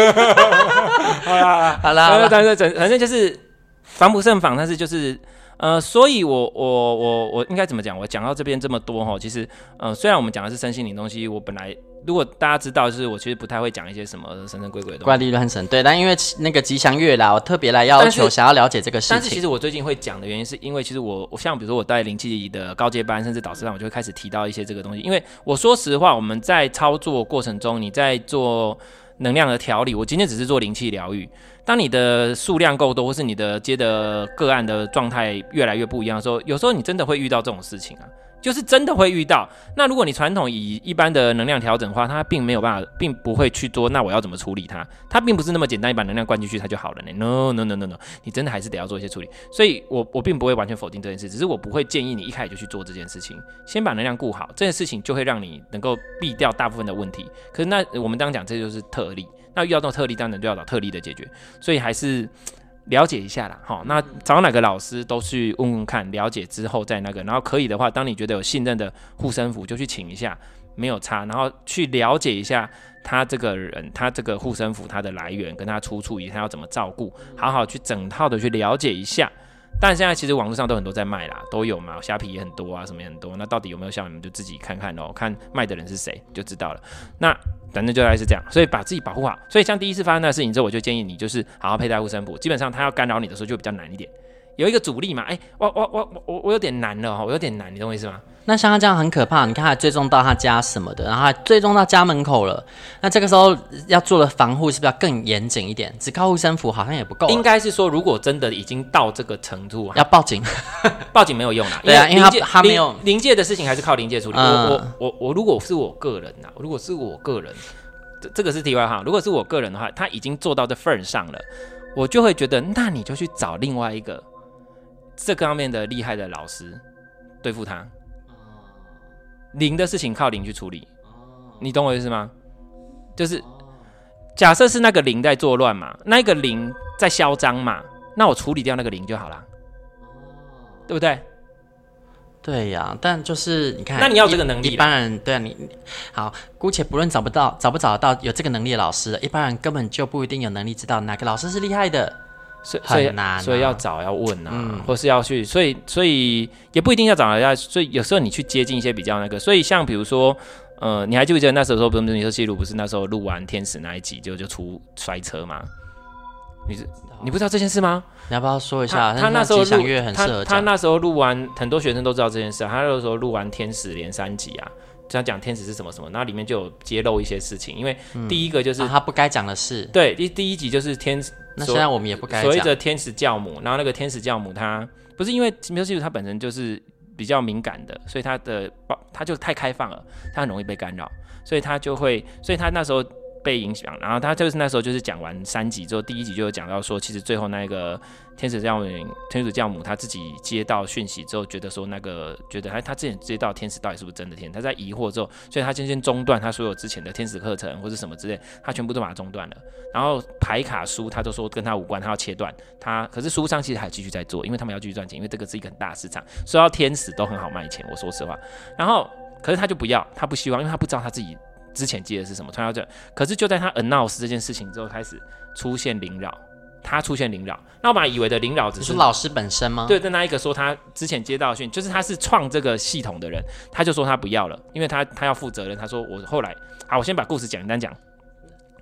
Speaker 3: 好啦，
Speaker 2: 反正就是防不胜防，但是就是所以我应该怎么讲？我讲到这边这么多其实虽然我们讲的是身心灵东西，我本来如果大家知道，就是我其实不太会讲一些什么神神鬼鬼的东西，
Speaker 3: 怪力乱神。对，但因为那个吉祥月啦，我特别来要求想要了解这个事情。
Speaker 2: 但是其实我最近会讲的原因，是因为其实我像比如说我带灵气的高阶班，甚至导师班，我就会开始提到一些这个东西。因为我说实话，我们在操作过程中，你在做能量的调理，我今天只是做灵气疗愈。当你的数量够多，或是你的接的个案的状态越来越不一样的时候，有时候你真的会遇到这种事情啊。就是真的会遇到。那如果你传统以一般的能量调整的话，它并没有办法，并不会去做。那我要怎么处理它？它并不是那么简单，你把能量灌进去它就好了呢。No， 你真的还是得要做一些处理。所以我并不会完全否定这件事，只是我不会建议你一开始就去做这件事情。先把能量顾好，这件事情就会让你能够避掉大部分的问题。可是那我们刚刚讲这就是特例，那遇到这种特例，当然就要找特例的解决。所以还是了解一下啦，那找哪个老师都去问问看，了解之后再那个，然后可以的话，当你觉得有信任的护身符，就去请一下，没有差，然后去了解一下他这个人，他这个护身符他的来源跟他出处，以及他要怎么照顾，好好去整套的去了解一下。但现在其实网络上都很多在卖啦，都有嘛，虾皮也很多啊，什么也很多。那到底有没有效，你们就自己看看咯，看卖的人是谁就知道了。那反正就大概是这样，所以把自己保护好。所以像第一次发生的事情之后，我就建议你就是好好佩戴护身符。基本上他要干扰你的时候就比较难一点，有一个阻力嘛。我有点难了，我有点难，你懂我意思吗？
Speaker 3: 那像他这样很可怕，你看他追踪到他家什么的，然后他追踪到家门口了，那这个时候要做的防护是不是要更严谨一点？只靠护身符好像也不够。
Speaker 2: 应该是说，如果真的已经到这个程度，
Speaker 3: 要报警。
Speaker 2: 报警没有用啦。
Speaker 3: 对啊，因为他没有
Speaker 2: 临界的事情还是靠临界处理。我如果是我个人啊，如果是我个人，这个是题外话。如果是我个人的话，他已经做到这份上了，我就会觉得，那你就去找另外一个这个方面的厉害的老师对付他。灵的事情靠灵去处理，你懂我意思吗？就是假设是那个灵在作乱嘛，那个灵在嚣张嘛，那我处理掉那个灵就好了，对不对？
Speaker 3: 对呀，但就是你看，
Speaker 2: 那你要这个能力，
Speaker 3: 一般人对啊，你好，姑且不论找不找得到有这个能力的老师，一般人根本就不一定有能力知道哪个老师是厉害的。很难
Speaker 2: 所以要找要问啊，或是要去，所以也不一定要找人家，所以有时候你去接近一些比较那个，所以像比如说，你还记不记得那时候不是你说西鲁不是那时候录完天使那一集就出摔车吗？你不知道这件事吗？
Speaker 3: 你要不要说一下？
Speaker 2: 他那时候
Speaker 3: 吉祥月很适合讲。
Speaker 2: 他那时候录完，很多学生都知道这件事啊。他那时候录完天使连3集啊。这样讲天使是什么什么，然后里面就有揭露一些事情，因为第一个就是、
Speaker 3: 他不该讲的事。
Speaker 2: 对，第一集就是天使，
Speaker 3: 那现在我们也不该讲
Speaker 2: 所谓的天使教母，然后那个天使教母她不是因为米西鲁他本身就是比较敏感的，所以他就太开放了，他很容易被干扰，所以他那时候被影响，然后他就是那时候就是讲完3集之后，第1集就有讲到说，其实最后那个天使教母他自己接到讯息之后，觉得说觉得他之前接到天使到底是不是真的天使，他在疑惑之后，所以他先中断他所有之前的天使课程或是什么之类，他全部都把它中断了。然后牌卡书他都说跟他无关，他要切断他，可是书商其实还继续在做，因为他们要继续赚钱，因为这个是一个很大的市场，说到天使都很好卖钱，我说实话。然后可是他就不要，他不希望，因为他不知道他自己之前接的是什么，突然可是就在他 announce 这件事情之后，开始出现灵扰，他出现灵扰。那我本来以为的灵扰只是
Speaker 3: 老师本身吗？
Speaker 2: 对，但那一个说他之前接到讯，就是他是创这个系统的人，他就说他不要了，因为他要负责任。他说我后来好，我先把故事简单讲。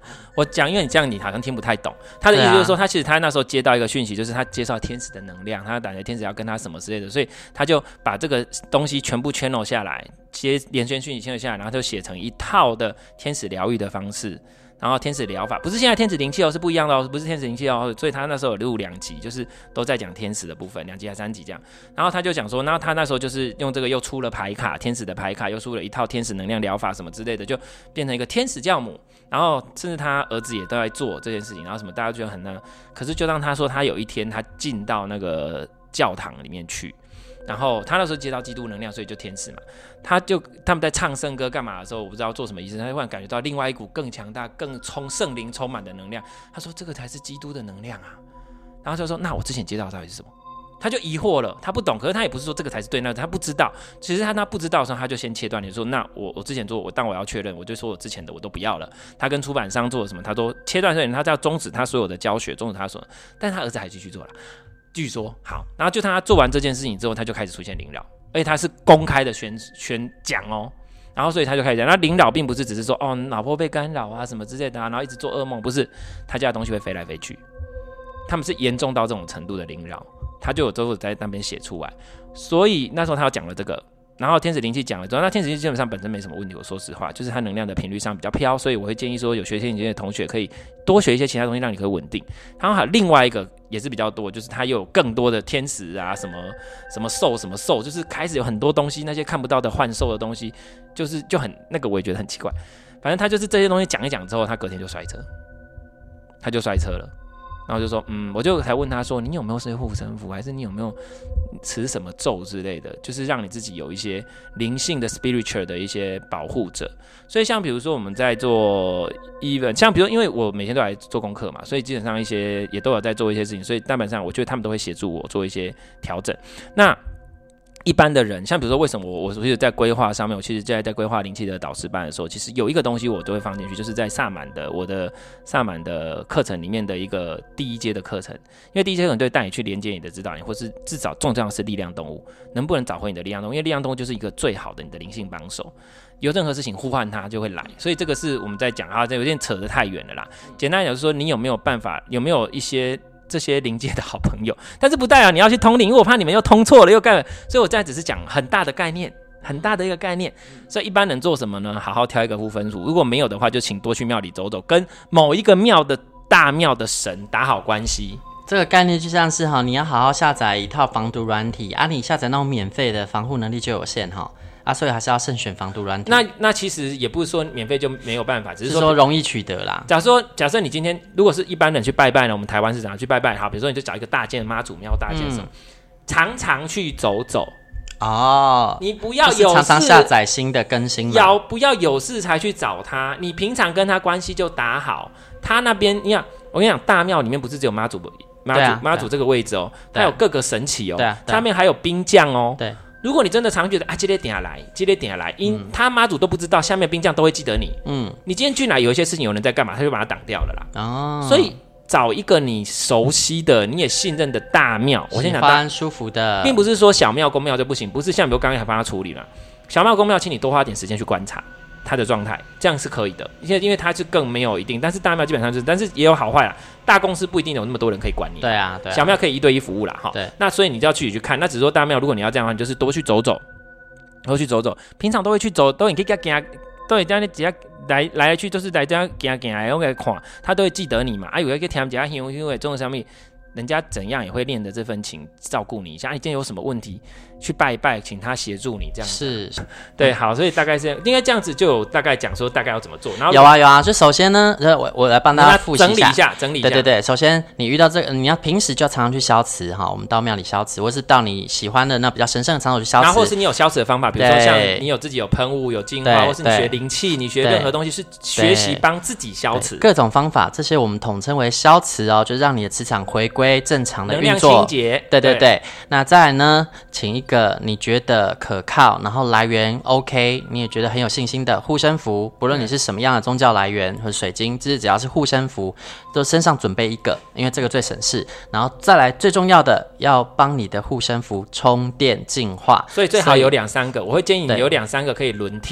Speaker 2: 我讲，因为你这样你好像听不太懂。他的意思就是说，他其实他那时候接到一个讯息，就是他接受天使的能量，他感觉天使要跟他什么之类的，所以他就把这个东西全部 channel 下来，接连线讯息 channel 下来，然后就写成一套的天使疗愈的方式。然后天使疗法不是现在天使灵气哦，是不一样的哦，不是天使灵气哦，所以他那时候有录2集，就是都在讲天使的部分，2集还3集这样。然后他就讲说，然后他那时候就是用这个又出了牌卡，天使的牌卡，又出了一套天使能量疗法什么之类的，就变成一个天使教母。然后甚至他儿子也都在做这件事情，然后什么大家觉得很那，可是就当他说他有一天他进到那个教堂里面去。然后他那时候接到基督能量，所以就天使嘛。他们在唱圣歌干嘛的时候，我不知道做什么仪式，他忽然感觉到另外一股更强大、更圣灵充满的能量。他说：“这个才是基督的能量啊！”然后就说：“那我之前接到的到底是什么？”他就疑惑了，他不懂，可是他也不是说这个才是对，那他不知道。其实他不知道的时候，他就先切断。你说：“那我之前做，但我要确认，我就说我之前的我都不要了。”他跟出版商做了什么，他都切断，所以他要终止他所有的教学，终止他所有，但是他儿子还继续做了。据说好，然后就他做完这件事情之后，他就开始出现灵扰，而且他是公开的宣讲哦，然后所以他就开始讲，那灵扰并不是只是说哦老婆被干扰啊什么之类的啊，然后一直做噩梦，不是，他家的东西会飞来飞去，他们是严重到这种程度的灵扰，他就有都有在那边写出来，所以那时候他有讲了这个。然后天使灵气讲了之后，那天使灵气基本上本身没什么问题，我说实话，就是它能量的频率上比较飘，所以我会建议说，有学天使灵气的同学可以多学一些其他东西，让你可以稳定。然后还有另外一个也是比较多，就是它又有更多的天使啊，什么兽，就是开始有很多东西，那些看不到的幻兽的东西，就很那个，我也觉得很奇怪。反正他就是这些东西讲一讲之后，他隔天就摔车，他就摔车了。然后就说，我就才问他说，你有没有睡护身符，还是你有没有持什么咒之类的，就是让你自己有一些灵性的 spiritual 的一些保护者。所以像比如说我们在做 event， 像比如因为我每天都来做功课嘛，所以基本上一些也都有在做一些事情，所以基本上我觉得他们都会协助我做一些调整。那一般的人，像比如说为什么我其实在规划上面，我其实在规划灵气的导师班的时候，其实有一个东西我都会放进去，就是在我的萨满的课程里面的一个第一阶的课程，因为第一阶可能对带你去连接你的指导灵，或是至少重要的是力量动物，能不能找回你的力量动物，因为力量动物就是一个最好的你的灵性帮手，有任何事情呼唤它就会来，所以这个是我们在讲啊，这有点扯得太远了啦。简单讲就是说，你有没有办法，有没有一些这些灵界的好朋友，但是不代表你要去通灵，因为我怕你们又通错了又干了，所以我现在只是讲很大的概念，很大的一个概念。所以一般人做什么呢？好好挑一个护身符，如果没有的话，就请多去庙里走走，跟某一个庙的大庙的神打好关系。
Speaker 3: 这个概念就像是你要好好下载一套防毒软体啊，你下载那种免费的防护能力就有限所以还是要慎选防毒软体。
Speaker 2: 那其实也不是说免费就没有办法，只是
Speaker 3: 说容易取得啦。
Speaker 2: 假设你今天如果是一般人去拜拜呢，我们台湾是怎样去拜拜？好，比如说你就找一个大间妈祖庙大间什么，常常去走走。你不要有事、就是、
Speaker 3: 常常下载新的更新嘛，
Speaker 2: 不要有事才去找他，你平常跟他关系就打好。他那边，我跟你讲，大庙里面不是只有妈祖这个位置哦，它有各个神祇哦，上面还有兵将哦。对。如果你真的常觉得这个点下来，他妈祖都不知道，下面兵将都会记得你。你今天去哪有一些事情有人在干嘛，他就把它挡掉了啦。所以找一个你熟悉的、你也信任的大庙。我先讲
Speaker 3: 喜欢舒服的，
Speaker 2: 并不是说小庙公庙就不行，不是像比如刚刚还帮他处理了。小庙公庙，请你多花点时间去观察他的状态，这样是可以的。因为他是更没有一定，但是大庙基本上就是，但是也有好坏啦。大公司不一定有那么多人可以管你，
Speaker 3: 对啊，
Speaker 2: 小庙可以1对1服务啦，
Speaker 3: 对。
Speaker 2: 那所以你就要去看。那只是说大庙，如果你要这样的话，你就是多去走走，平常都会去走，都你可以行，都会这样子来去，都是来这样行来我给看，他都会记得你嘛。有一个听一下因为这种上面。人家怎样也会练的这份情照顾你一下，你今天有什么问题去拜一拜，请他协助你这样子。是，对，好，所以大概是应该这样子，就有大概讲说大概要怎么做。然后
Speaker 3: 有啊，就首先呢，我来帮大家复习一下，
Speaker 2: 整理一下。
Speaker 3: 对，首先你遇到这个，你要平时就要常常去消磁我们到庙里消磁，或是到你喜欢的那比较神圣的场所去消磁。
Speaker 2: 然后或是你有消磁的方法，比如说像你有自己有喷雾、有净化，或是你学灵气，你学任何东西是学习帮自己消磁。
Speaker 3: 各种方法，这些我们统称为消磁就是让你的磁场回归正常的运作。
Speaker 2: 能量清洁。
Speaker 3: 对。那再来呢，请一个你觉得可靠，然后来源 OK， 你也觉得很有信心的护身符，不论你是什么样的宗教来源和水晶，只要是护身符，都身上准备一个，因为这个最省事。然后再来最重要的，要帮你的护身符充电净化，
Speaker 2: 所以最好有2-3个。我会建议你有2-3个可以轮替。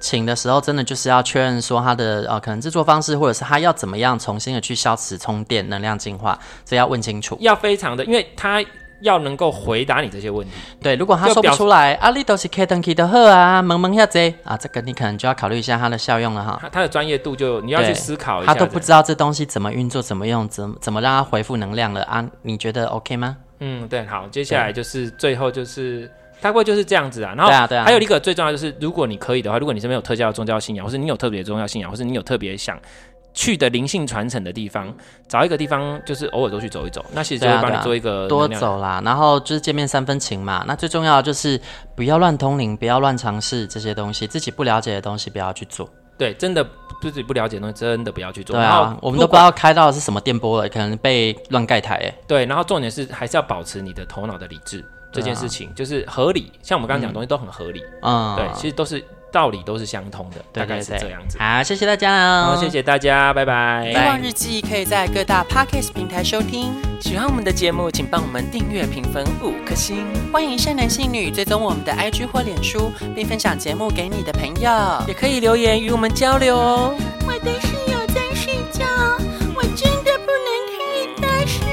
Speaker 3: 情的时候，真的就是要确认说它的可能制作方式，或者是它要怎么样重新的去消磁、充电、能量净化，这要问清楚，
Speaker 2: 要非常的，因为它要能够回答你这些问题。
Speaker 3: 对，如果他说不出来，你都是开灯开的好啊，蒙下这啊，这个你可能就要考虑一下它的效用了哈。
Speaker 2: 他的专业度就你要去思考一下，
Speaker 3: 他都不知道这东西怎么运作、怎么用、怎么让它回复能量了啊？你觉得 OK 吗？
Speaker 2: 对，好，接下来就是最后就是大概就是这样子啊。然后
Speaker 3: 对啊，
Speaker 2: 还有一个最重要就是，如果你可以的话，如果你身边有特教的宗教信仰，或是你有特别的宗教信仰，或是你有特别想去的灵性传承的地方，找一个地方就是偶尔都去走一走，那其实就会帮你做一个
Speaker 3: 多走啦。然后就是见面3分情嘛，那最重要的就是不要乱通灵，不要乱尝试这些东西，自己不了解的东西不要去做。
Speaker 2: 对，真的自己不了解的东西真的不要去做。
Speaker 3: 对啊，我们都不知道开到的是什么电波了，可能被乱盖台哎。
Speaker 2: 对，然后重点是还是要保持你的头脑的理智，这件事情就是合理。像我们刚刚讲的东西都很合理，对，其实都是道理都是相通的，大概是这样子。
Speaker 3: 好，谢谢大家
Speaker 2: 好，谢谢大家，拜拜。
Speaker 4: 欲望日记可以在各大 Podcast 平台收听。喜欢我们的节目，请帮我们订阅、评分5颗星。欢迎善男信女追踪我们的 IG 或脸书，并分享节目给你的朋友，也可以留言与我们交流哦。
Speaker 5: 我的室友在睡觉，我真的不能太大声。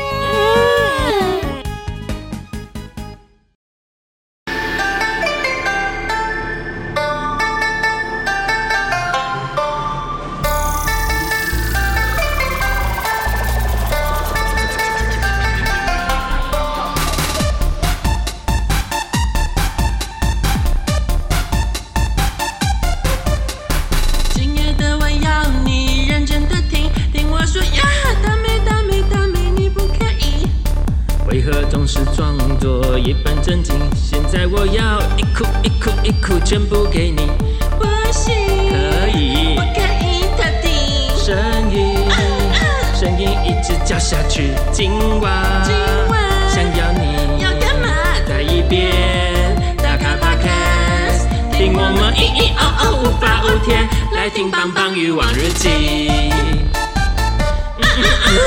Speaker 2: 为何总是装作一本正经？现在我要一哭一哭一哭全部给你。
Speaker 5: 不行，
Speaker 2: 可以，
Speaker 5: 我可以特地。
Speaker 2: 声音一直叫下去。今晚想要你
Speaker 5: 要干嘛？
Speaker 2: 再一遍打开 Podcast， 听我们咿咿哦哦无法无天，来听棒棒欲望日记。